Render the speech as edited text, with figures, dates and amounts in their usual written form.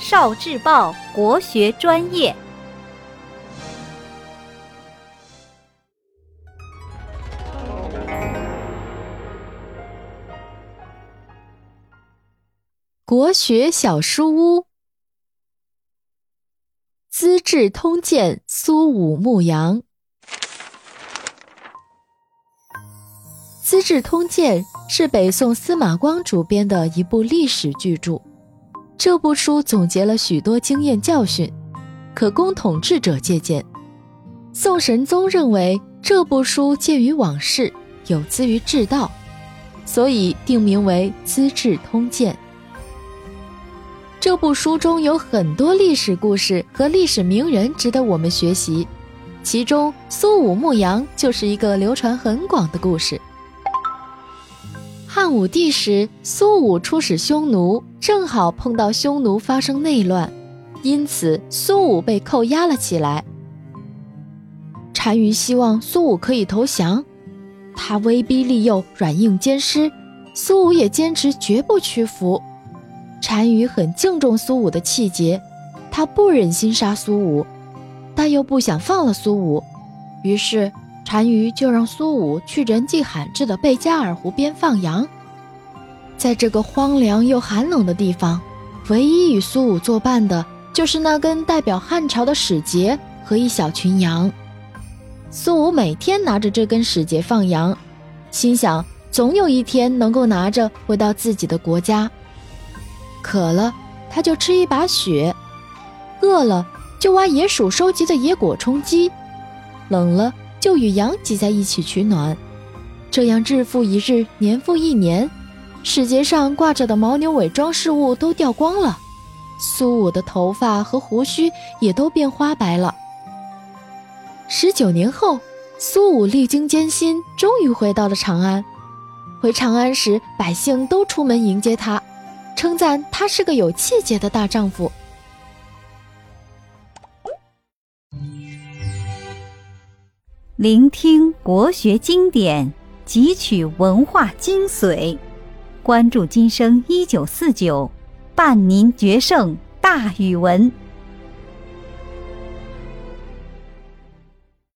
少智报国学专业。 国学小书屋，《资治通鉴》苏武牧羊。《资治通鉴》是北宋司马光主编的一部历史巨著，这部书总结了许多经验教训，可供统治者借鉴。宋神宗认为这部书鉴于往事，有资于治道，所以定名为《资治通鉴》。这部书中有很多历史故事和历史名人值得我们学习，其中苏武牧羊就是一个流传很广的故事。汉武帝时，苏武出使匈奴，正好碰到匈奴发生内乱，因此苏武被扣押了起来。单于希望苏武可以投降，他威逼利诱，软硬兼施，苏武也坚持绝不屈服。单于很敬重苏武的气节，他不忍心杀苏武，但又不想放了苏武，于是单于就让苏武去人迹罕至的贝加尔湖边放羊。在这个荒凉又寒冷的地方，唯一与苏武作伴的就是那根代表汉朝的使节和一小群羊。苏武每天拿着这根使节放羊，心想总有一天能够拿着回到自己的国家。渴了他就吃一把雪，饿了就挖野鼠收集的野果充饥，冷了就与羊挤在一起取暖。这样日复一日，年复一年，使节上挂着的牦牛尾装饰物都掉光了，苏武的头发和胡须也都变花白了。19年后，苏武历经艰辛，终于回到了长安。回长安时，百姓都出门迎接他，称赞他是个有气节的大丈夫。 聆听国学经典，汲取文化精髓，关注今生1949，伴您决胜大语文。